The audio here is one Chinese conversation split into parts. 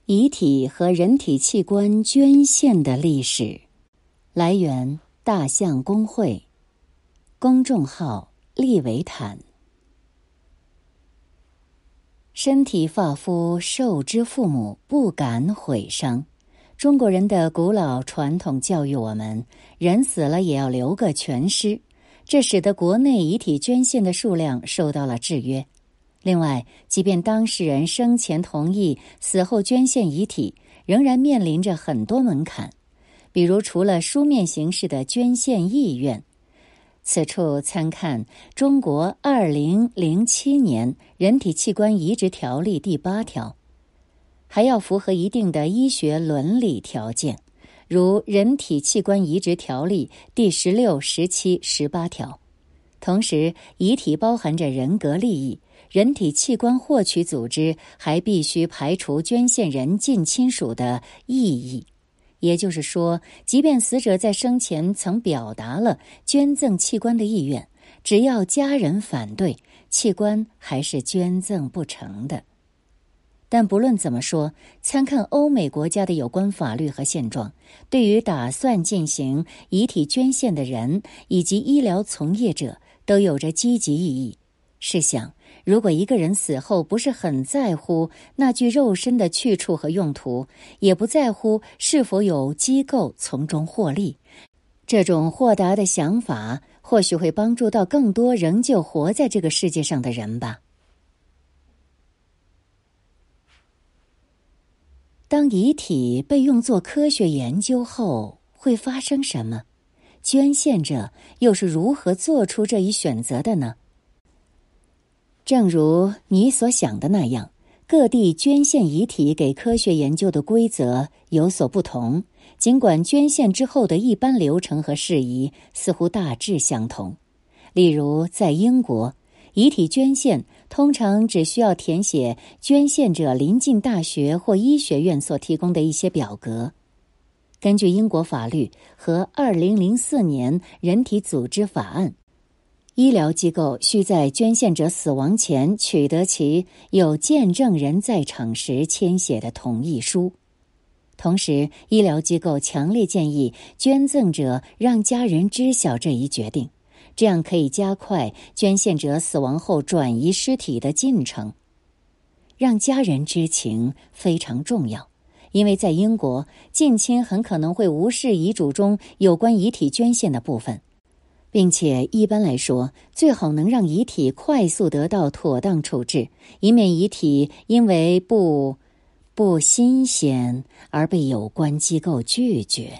遗体和人体器官捐献的历史。来源：大象公会，公众号：利维坦。身体发肤受之父母，不敢毁伤。中国人的古老传统教育我们，人死了也要留个全尸，这使得国内遗体捐献的数量受到了制约。另外，即便当事人生前同意，死后捐献遗体，仍然面临着很多门槛。比如，除了书面形式的捐献意愿，此处参看中国2007年人体器官移植条例第8条，还要符合一定的医学伦理条件，如人体器官移植条例第16、17、18条。同时，遗体包含着人格利益，人体器官获取组织还必须排除捐献人近亲属的异议。也就是说，即便死者在生前曾表达了捐赠器官的意愿，只要家人反对，器官还是捐赠不成的。但不论怎么说，参看欧美国家的有关法律和现状，对于打算进行遗体捐献的人以及医疗从业者都有着积极意义。试想，如果一个人死后不是很在乎那具肉身的去处和用途，也不在乎是否有机构从中获利，这种豁达的想法或许会帮助到更多仍旧活在这个世界上的人吧。当遗体被用作科学研究后，会发生什么？捐献者又是如何做出这一选择的呢？正如你所想的那样，各地捐献遗体给科学研究的规则有所不同，尽管捐献之后的一般流程和事宜似乎大致相同。例如，在英国，遗体捐献通常只需要填写捐献者临近大学或医学院所提供的一些表格。根据英国法律和2004年人体组织法案，医疗机构需在捐献者死亡前取得其有见证人在场时签写的同意书。同时，医疗机构强烈建议捐赠者让家人知晓这一决定，这样可以加快捐献者死亡后转移尸体的进程。让家人知情非常重要，因为在英国，近亲很可能会无视遗嘱中有关遗体捐献的部分，并且一般来说，最好能让遗体快速得到妥当处置，以免遗体因为不新鲜而被有关机构拒绝。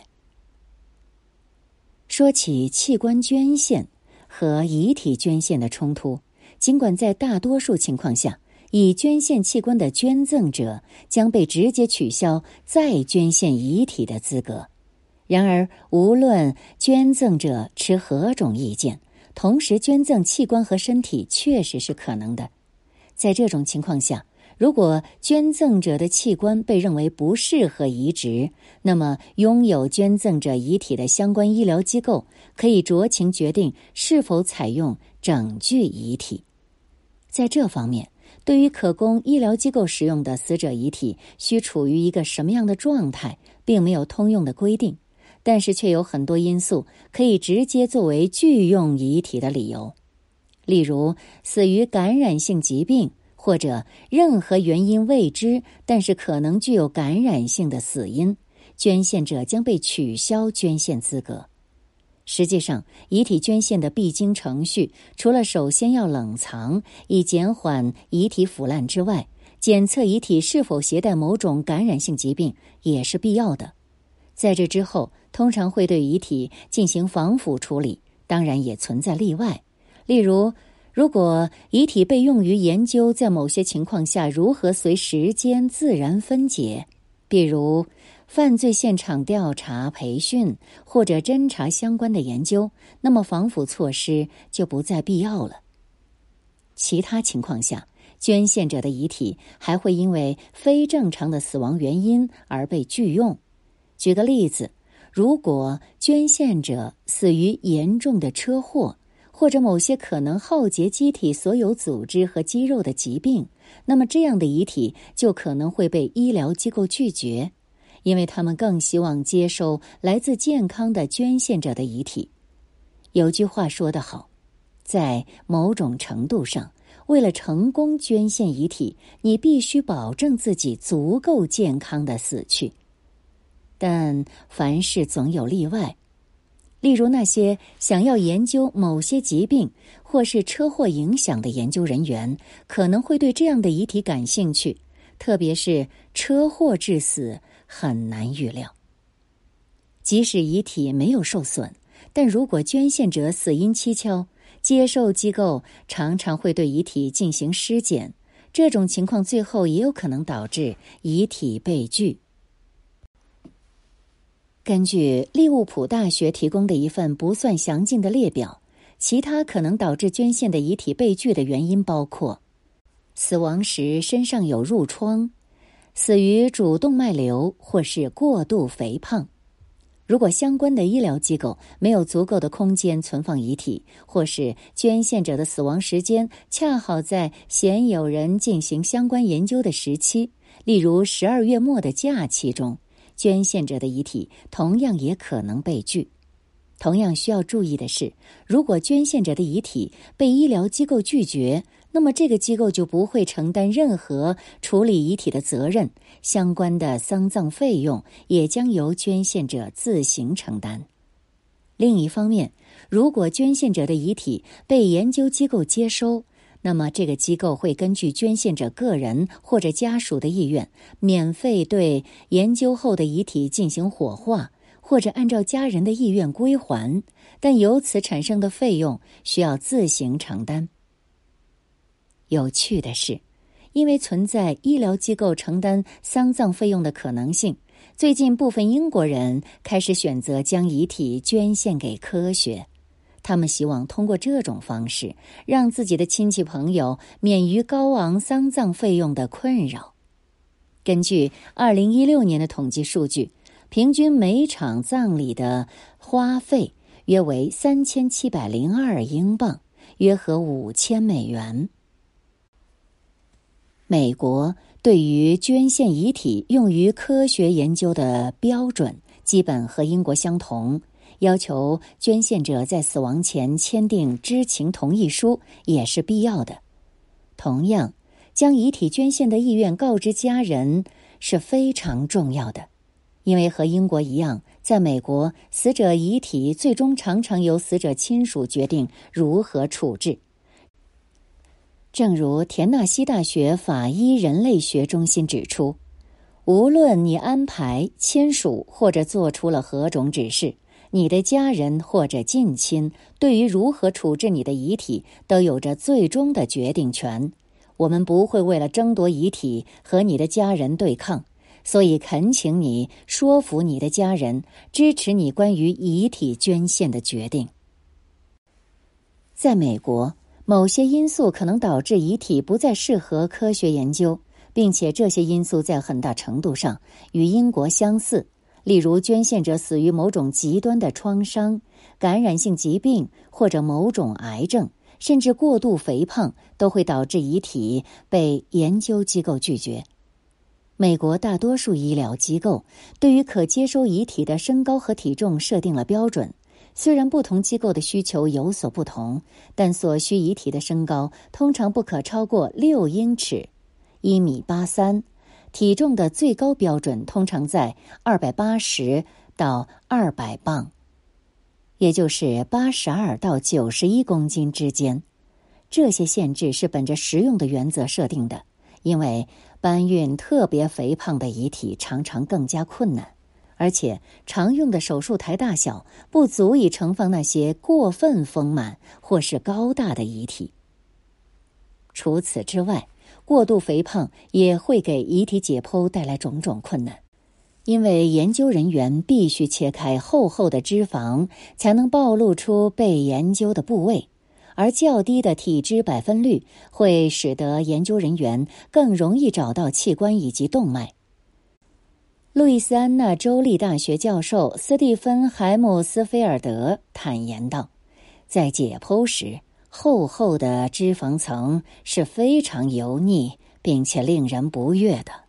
说起器官捐献和遗体捐献的冲突，尽管在大多数情况下，已捐献器官的捐赠者将被直接取消再捐献遗体的资格。然而，无论捐赠者持何种意见，同时捐赠器官和身体确实是可能的。在这种情况下，如果捐赠者的器官被认为不适合移植，那么拥有捐赠者遗体的相关医疗机构可以酌情决定是否采用整具遗体。在这方面，对于可供医疗机构使用的死者遗体需处于一个什么样的状态，并没有通用的规定，但是却有很多因素可以直接作为拒用遗体的理由。例如，死于感染性疾病，或者任何原因未知但是可能具有感染性的死因，捐献者将被取消捐献资格。实际上，遗体捐献的必经程序，除了首先要冷藏，以减缓遗体腐烂之外，检测遗体是否携带某种感染性疾病也是必要的。在这之后，通常会对遗体进行防腐处理，当然也存在例外。例如，如果遗体被用于研究在某些情况下如何随时间自然分解，比如犯罪现场调查、培训或者侦查相关的研究，那么防腐措施就不再必要了。其他情况下，捐献者的遗体还会因为非正常的死亡原因而被拒用。举个例子，如果捐献者死于严重的车祸，或者某些可能耗竭机体所有组织和肌肉的疾病， 那么这样的遗体就可能会被医疗机构拒绝，因为他们更希望接收来自健康的捐献者的遗体。有句话说得好，在某种程度上，为了成功捐献遗体，你必须保证自己足够健康的死去。但凡事总有例外，例如那些想要研究某些疾病或是车祸影响的研究人员，可能会对这样的遗体感兴趣，特别是车祸致死很难预料。即使遗体没有受损，但如果捐献者死因蹊跷，接受机构常常会对遗体进行尸检，这种情况最后也有可能导致遗体被拒。根据利物浦大学提供的一份不算详尽的列表，其他可能导致捐献的遗体被拒的原因包括：死亡时身上有褥疮，死于主动脉瘤或是过度肥胖。如果相关的医疗机构没有足够的空间存放遗体，或是捐献者的死亡时间恰好在鲜有人进行相关研究的时期，例如12月末的假期中，捐献者的遗体同样也可能被拒。同样需要注意的是，如果捐献者的遗体被医疗机构拒绝，那么这个机构就不会承担任何处理遗体的责任，相关的丧葬费用也将由捐献者自行承担。另一方面，如果捐献者的遗体被研究机构接收，那么这个机构会根据捐献者个人或者家属的意愿，免费对研究后的遗体进行火化，或者按照家人的意愿归还，但由此产生的费用需要自行承担。有趣的是，因为存在医疗机构承担丧葬费用的可能性，最近部分英国人开始选择将遗体捐献给科学。他们希望通过这种方式，让自己的亲戚朋友免于高昂丧葬费用的困扰。根据2016年的统计数据，平均每场葬礼的花费约为3702英镑，约合5000美元。美国对于捐献遗体用于科学研究的标准基本和英国相同，要求捐献者在死亡前签订知情同意书也是必要的。同样，将遗体捐献的意愿告知家人是非常重要的，因为和英国一样，在美国，死者遗体最终常常由死者亲属决定如何处置。正如田纳西大学法医人类学中心指出，无论你安排、签署或者做出了何种指示，你的家人或者近亲对于如何处置你的遗体都有着最终的决定权。我们不会为了争夺遗体和你的家人对抗，所以恳请你说服你的家人支持你关于遗体捐献的决定。在美国，某些因素可能导致遗体不再适合科学研究，并且这些因素在很大程度上与英国相似，例如捐献者死于某种极端的创伤、感染性疾病或者某种癌症，甚至过度肥胖都会导致遗体被研究机构拒绝。美国大多数医疗机构对于可接收遗体的身高和体重设定了标准，虽然不同机构的需求有所不同，但所需遗体的身高通常不可超过6英尺（1.83米），体重的最高标准通常在280到200磅，也就是82到91公斤之间。这些限制是本着实用的原则设定的，因为搬运特别肥胖的遗体常常更加困难，而且常用的手术台大小不足以盛放那些过分丰满或是高大的遗体。除此之外，过度肥胖也会给遗体解剖带来种种困难，因为研究人员必须切开厚厚的脂肪，才能暴露出被研究的部位，而较低的体脂百分率会使得研究人员更容易找到器官以及动脉。路易斯安那州立大学教授斯蒂芬·海姆斯菲尔德坦言道，在解剖时，厚厚的脂肪层是非常油腻并且令人不悦的。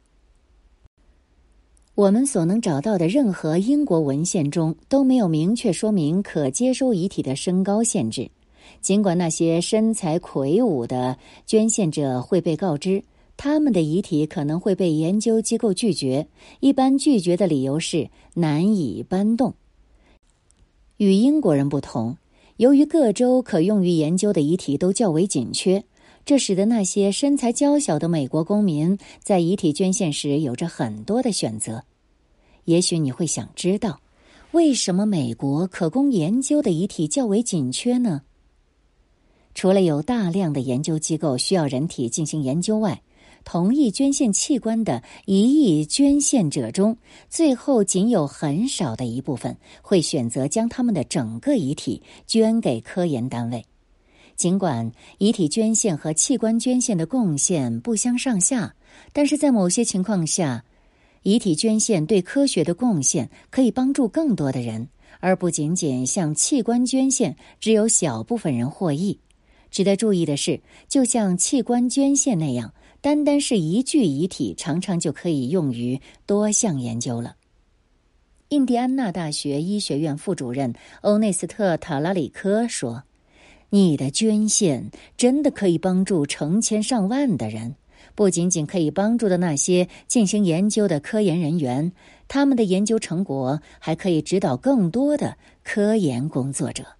我们所能找到的任何英国文献中都没有明确说明可接收遗体的身高限制，尽管那些身材魁梧的捐献者会被告知他们的遗体可能会被研究机构拒绝，一般拒绝的理由是难以搬动。与英国人不同，由于各州可用于研究的遗体都较为紧缺，这使得那些身材娇小的美国公民在遗体捐献时有着很多的选择。也许你会想知道，为什么美国可供研究的遗体较为紧缺呢？除了有大量的研究机构需要人体进行研究外，同意捐献器官的1亿捐献者中，最后仅有很少的一部分会选择将他们的整个遗体捐给科研单位。尽管遗体捐献和器官捐献的贡献不相上下，但是在某些情况下，遗体捐献对科学的贡献可以帮助更多的人，而不仅仅像器官捐献只有小部分人获益。值得注意的是，就像器官捐献那样，单单是一具遗体常常就可以用于多项研究了。印第安纳大学医学院副主任欧内斯特·塔拉里科说，你的捐献真的可以帮助成千上万的人，不仅仅可以帮助的那些进行研究的科研人员，他们的研究成果还可以指导更多的科研工作者。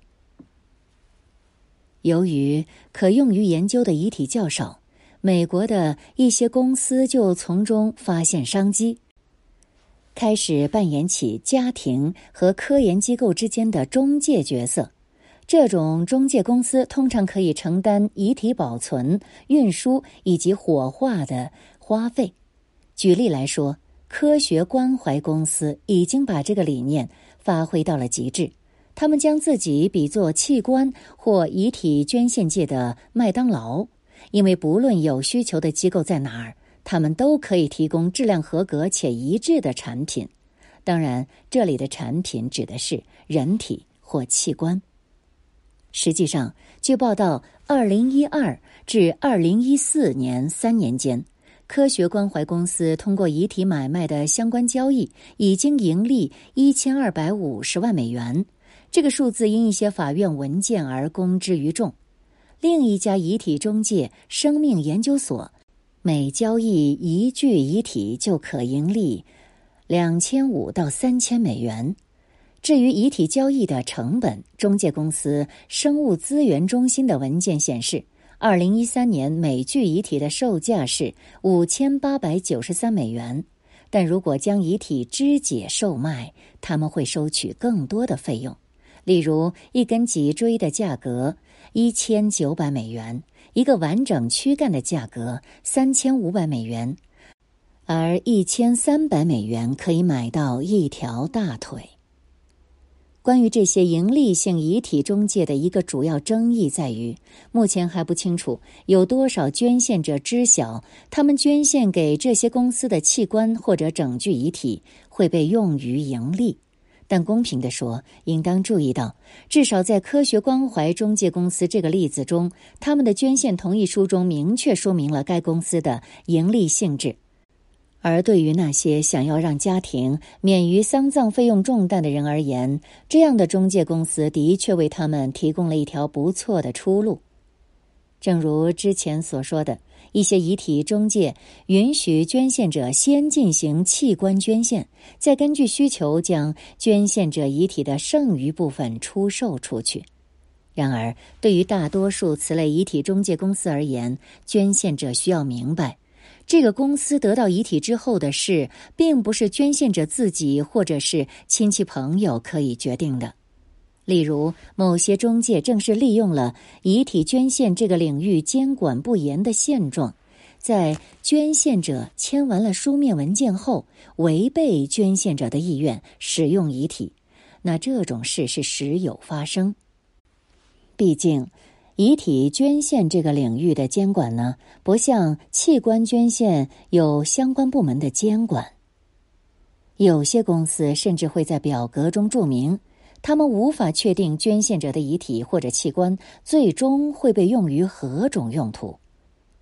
由于可用于研究的遗体较少，美国的一些公司就从中发现商机，开始扮演起家庭和科研机构之间的中介角色。这种中介公司通常可以承担遗体保存、运输以及火化的花费。举例来说，科学关怀公司已经把这个理念发挥到了极致。他们将自己比作器官或遗体捐献界的麦当劳，因为不论有需求的机构在哪儿，他们都可以提供质量合格且一致的产品。当然，这里的产品指的是人体或器官。实际上，据报道，2012至2014年3年间，科学关怀公司通过遗体买卖的相关交易已经盈利1250万美元。这个数字因一些法院文件而公之于众。另一家遗体中介生命研究所，每交易一具遗体就可盈利2500到3000美元。至于遗体交易的成本，中介公司生物资源中心的文件显示，2013年每具遗体的售价是5893美元。但如果将遗体肢解售卖，他们会收取更多的费用。例如，一根脊椎的价格1900美元，一个完整躯干的价格3500美元，而1300美元可以买到一条大腿。关于这些盈利性遗体中介的一个主要争议在于，目前还不清楚有多少捐献者知晓他们捐献给这些公司的器官或者整具遗体会被用于盈利。但公平地说，应当注意到，至少在科学关怀中介公司这个例子中，他们的捐献同意书中明确说明了该公司的盈利性质。而对于那些想要让家庭免于丧葬费用重担的人而言，这样的中介公司的确为他们提供了一条不错的出路。正如之前所说的，一些遗体中介允许捐献者先进行器官捐献，再根据需求将捐献者遗体的剩余部分出售出去。然而，对于大多数此类遗体中介公司而言，捐献者需要明白，这个公司得到遗体之后的事，并不是捐献者自己或者是亲戚朋友可以决定的。例如，某些中介正是利用了遗体捐献这个领域监管不严的现状，在捐献者签完了书面文件后，违背捐献者的意愿使用遗体。那这种事是时有发生。毕竟，遗体捐献这个领域的监管呢，不像器官捐献有相关部门的监管。有些公司甚至会在表格中注明，他们无法确定捐献者的遗体或者器官最终会被用于何种用途。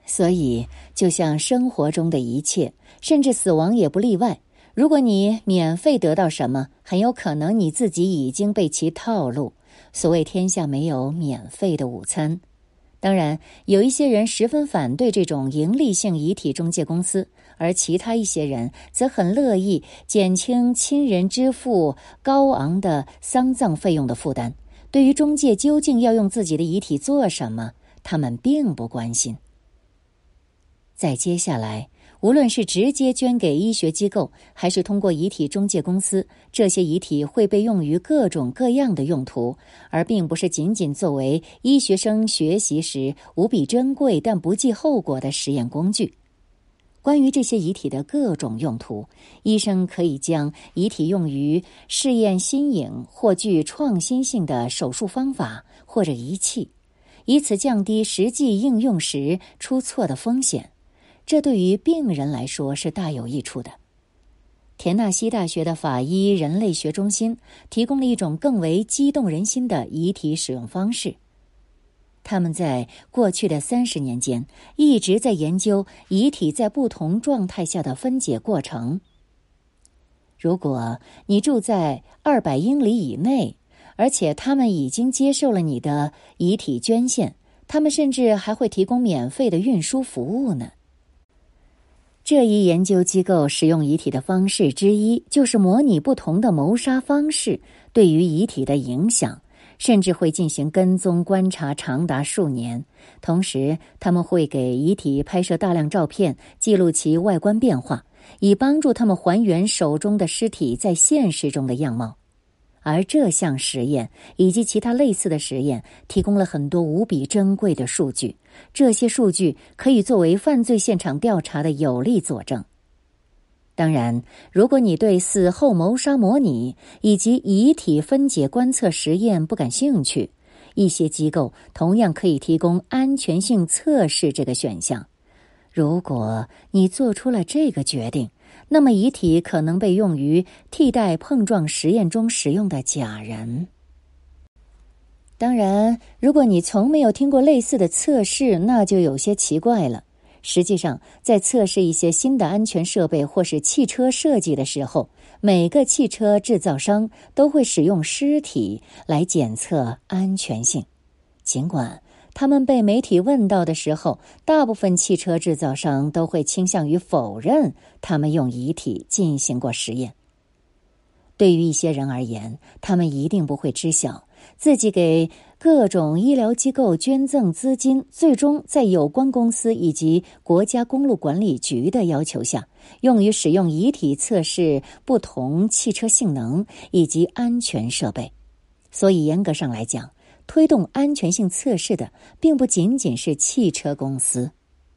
所以，就像生活中的一切，甚至死亡也不例外。如果你免费得到什么，很有可能你自己已经被其套路。所谓天下没有免费的午餐。当然，有一些人十分反对这种盈利性遗体中介公司，而其他一些人则很乐意减轻亲人支付高昂的丧葬费用的负担。对于中介究竟要用自己的遗体做什么，他们并不关心。再接下来，无论是直接捐给医学机构，还是通过遗体中介公司，这些遗体会被用于各种各样的用途，而并不是仅仅作为医学生学习时无比珍贵但不计后果的实验工具。关于这些遗体的各种用途，医生可以将遗体用于试验新颖或具创新性的手术方法或者仪器，以此降低实际应用时出错的风险。这对于病人来说是大有益处的。田纳西大学的法医人类学中心提供了一种更为激动人心的遗体使用方式。他们在过去的30年间一直在研究遗体在不同状态下的分解过程。如果你住在200英里以内，而且他们已经接受了你的遗体捐献，他们甚至还会提供免费的运输服务呢。这一研究机构使用遗体的方式之一，就是模拟不同的谋杀方式对于遗体的影响，甚至会进行跟踪观察长达数年。同时，他们会给遗体拍摄大量照片，记录其外观变化，以帮助他们还原手中的尸体在现实中的样貌。而这项实验以及其他类似的实验提供了很多无比珍贵的数据，这些数据可以作为犯罪现场调查的有力佐证。当然，如果你对死后谋杀模拟以及遗体分解观测实验不感兴趣，一些机构同样可以提供安全性测试这个选项。如果你做出了这个决定，那么遗体可能被用于替代碰撞实验中使用的假人。当然，如果你从没有听过类似的测试，那就有些奇怪了。实际上，在测试一些新的安全设备或是汽车设计的时候，每个汽车制造商都会使用尸体来检测安全性。尽管他们被媒体问到的时候，大部分汽车制造商都会倾向于否认他们用遗体进行过实验。对于一些人而言，他们一定不会知晓，自己给各种医疗机构捐赠资金，最终在有关公司以及国家公路管理局的要求下，用于使用遗体测试不同汽车性能以及安全设备。所以严格上来讲，推动安全性测试的并不仅仅是汽车公司。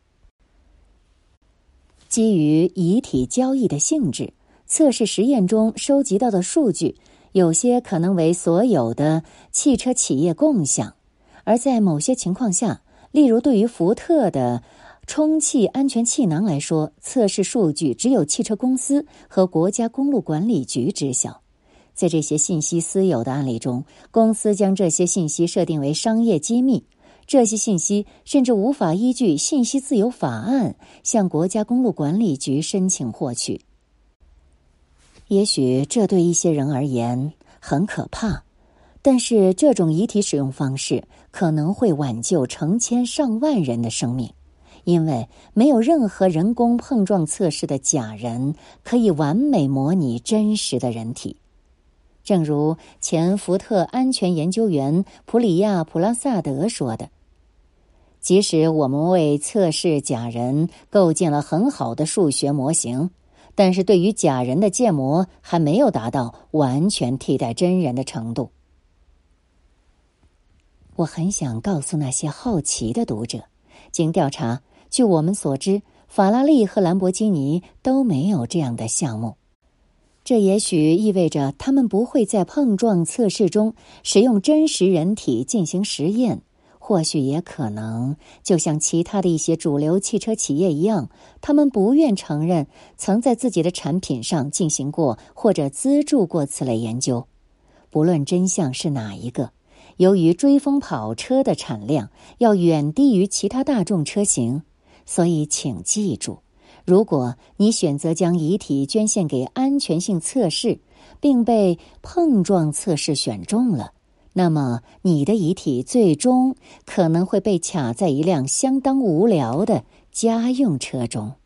基于遗体交易的性质，测试实验中收集到的数据有些可能为所有的汽车企业共享，而在某些情况下，例如对于福特的充气安全气囊来说，测试数据只有汽车公司和国家公路管理局知晓。在这些信息私有的案例中，公司将这些信息设定为商业机密，这些信息甚至无法依据信息自由法案向国家公路管理局申请获取。也许这对一些人而言很可怕，但是这种遗体使用方式可能会挽救成千上万人的生命，因为没有任何人工碰撞测试的假人可以完美模拟真实的人体。正如前福特安全研究员普里亚·普拉萨德说的，即使我们为测试假人构建了很好的数学模型，但是对于假人的建模还没有达到完全替代真人的程度。我很想告诉那些好奇的读者，经调查，据我们所知，法拉利和兰博基尼都没有这样的项目。这也许意味着他们不会在碰撞测试中使用真实人体进行实验，或许也可能，就像其他的一些主流汽车企业一样，他们不愿承认曾在自己的产品上进行过或者资助过此类研究。不论真相是哪一个，由于追风跑车的产量要远低于其他大众车型， 所以请记住，如果你选择将遗体捐献给安全性测试，并被碰撞测试选中了，那么你的遗体最终可能会被卡在一辆相当无聊的家用车中。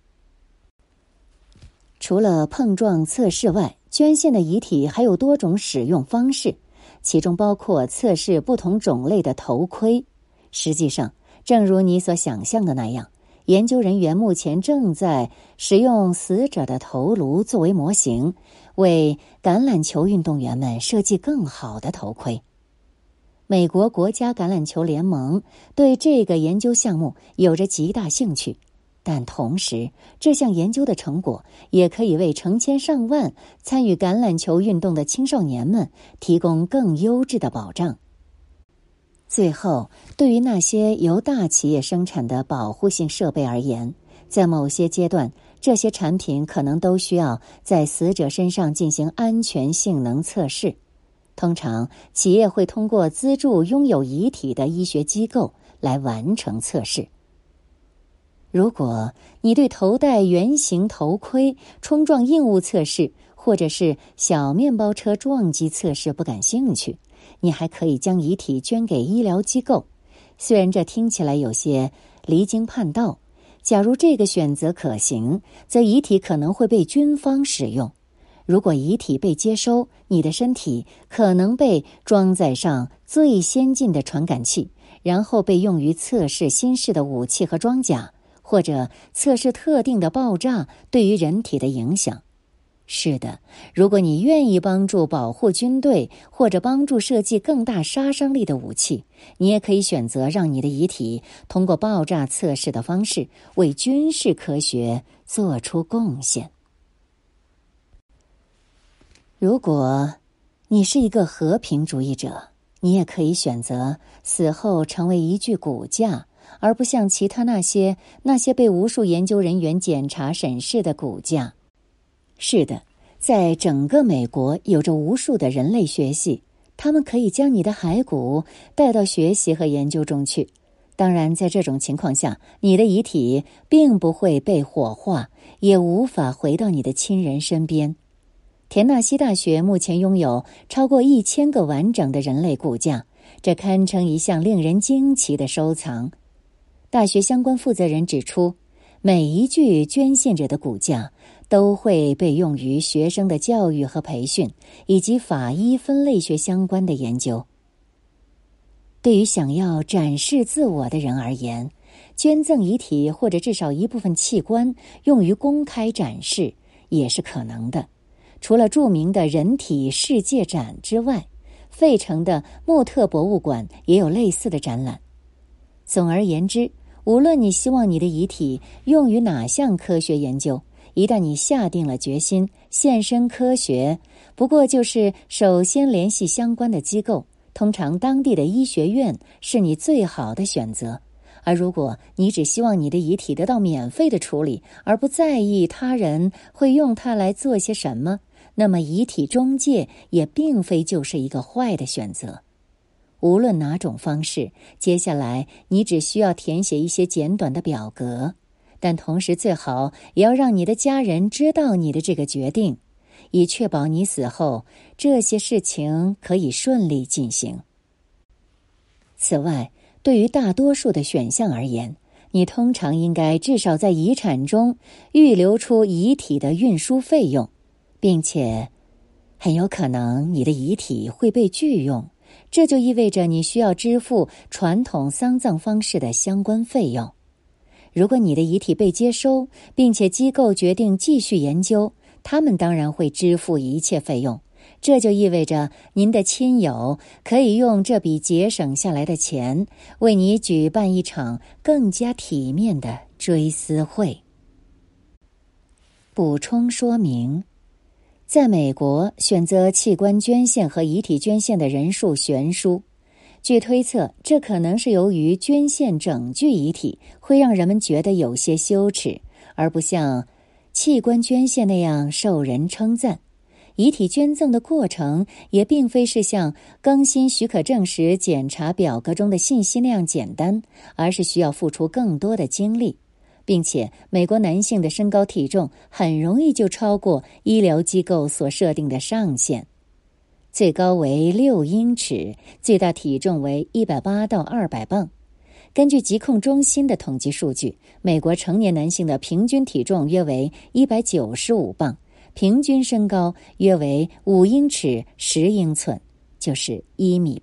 除了碰撞测试外，捐献的遗体还有多种使用方式，其中包括测试不同种类的头盔。实际上，正如你所想象的那样，研究人员目前正在使用死者的头颅作为模型，为橄榄球运动员们设计更好的头盔。美国国家橄榄球联盟对这个研究项目有着极大兴趣，但同时，这项研究的成果也可以为成千上万参与橄榄球运动的青少年们提供更优质的保障。最后，对于那些由大企业生产的保护性设备而言，在某些阶段，这些产品可能都需要在死者身上进行安全性能测试。通常，企业会通过资助拥有遗体的医学机构来完成测试。如果你对头戴圆形头盔、冲撞硬物测试或者是小面包车撞击测试不感兴趣，你还可以将遗体捐给医疗机构。虽然这听起来有些离经叛道，假如这个选择可行，则遗体可能会被军方使用。如果遗体被接收，你的身体可能被装载上最先进的传感器，然后被用于测试新式的武器和装甲，或者测试特定的爆炸对于人体的影响。是的，如果你愿意帮助保护军队，或者帮助设计更大杀伤力的武器，你也可以选择让你的遗体通过爆炸测试的方式为军事科学做出贡献。如果你是一个和平主义者，你也可以选择死后成为一具骨架，而不像其他那些被无数研究人员检查审视的骨架。是的，在整个美国有着无数的人类学系，他们可以将你的骸骨带到学习和研究中去。当然，在这种情况下，你的遗体并不会被火化，也无法回到你的亲人身边。田纳西大学目前拥有超过1000个完整的人类骨架，这堪称一项令人惊奇的收藏。大学相关负责人指出，每一具捐献者的骨架都会被用于学生的教育和培训，以及法医分类学相关的研究。对于想要展示自我的人而言，捐赠遗体或者至少一部分器官用于公开展示也是可能的。除了著名的人体世界展之外，费城的莫特博物馆也有类似的展览。总而言之，无论你希望你的遗体用于哪项科学研究，一旦你下定了决心献身科学，不过就是首先联系相关的机构，通常当地的医学院是你最好的选择。而如果你只希望你的遗体得到免费的处理，而不在意他人会用它来做些什么，那么遗体中介也并非就是一个坏的选择。无论哪种方式，接下来你只需要填写一些简短的表格，但同时最好也要让你的家人知道你的这个决定，以确保你死后这些事情可以顺利进行。此外，对于大多数的选项而言，你通常应该至少在遗产中预留出遗体的运输费用，并且很有可能你的遗体会被拒用，这就意味着你需要支付传统丧葬方式的相关费用。如果你的遗体被接收，并且机构决定继续研究，他们当然会支付一切费用。这就意味着您的亲友可以用这笔节省下来的钱，为你举办一场更加体面的追思会。补充说明：在美国，选择器官捐献和遗体捐献的人数悬殊。据推测，这可能是由于捐献整具遗体会让人们觉得有些羞耻，而不像器官捐献那样受人称赞。遗体捐赠的过程也并非是像更新许可证时检查表格中的信息那样简单，而是需要付出更多的精力。 并且美国男性的身高体重很容易就超过医疗机构所设定的上限。最高为6英尺，最大体重为180到200磅。根据疾控中心的统计数据，美国成年男性的平均体重约为195磅，平均身高约为5英尺10英寸，就是1.8米。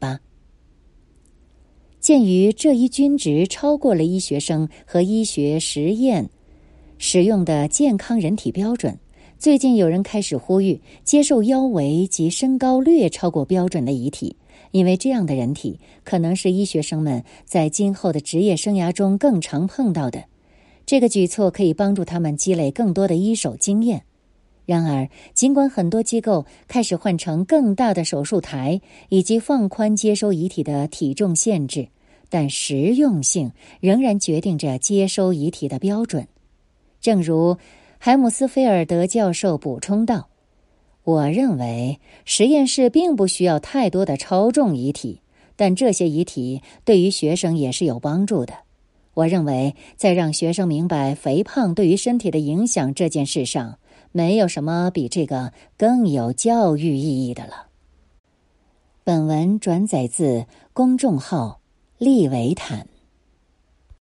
鉴于这一均值超过了医学生和医学实验使用的健康人体标准，最近有人开始呼吁接受腰围及身高略超过标准的遗体，因为这样的人体可能是医学生们在今后的职业生涯中更常碰到的。这个举措可以帮助他们积累更多的医手经验。然而，尽管很多机构开始换成更大的手术台以及放宽接收遗体的体重限制，但实用性仍然决定着接收遗体的标准。正如海姆斯菲尔德教授补充道，我认为实验室并不需要太多的超重遗体，但这些遗体对于学生也是有帮助的。我认为在让学生明白肥胖对于身体的影响这件事上，没有什么比这个更有教育意义的了。本文转载自公众号利维坦。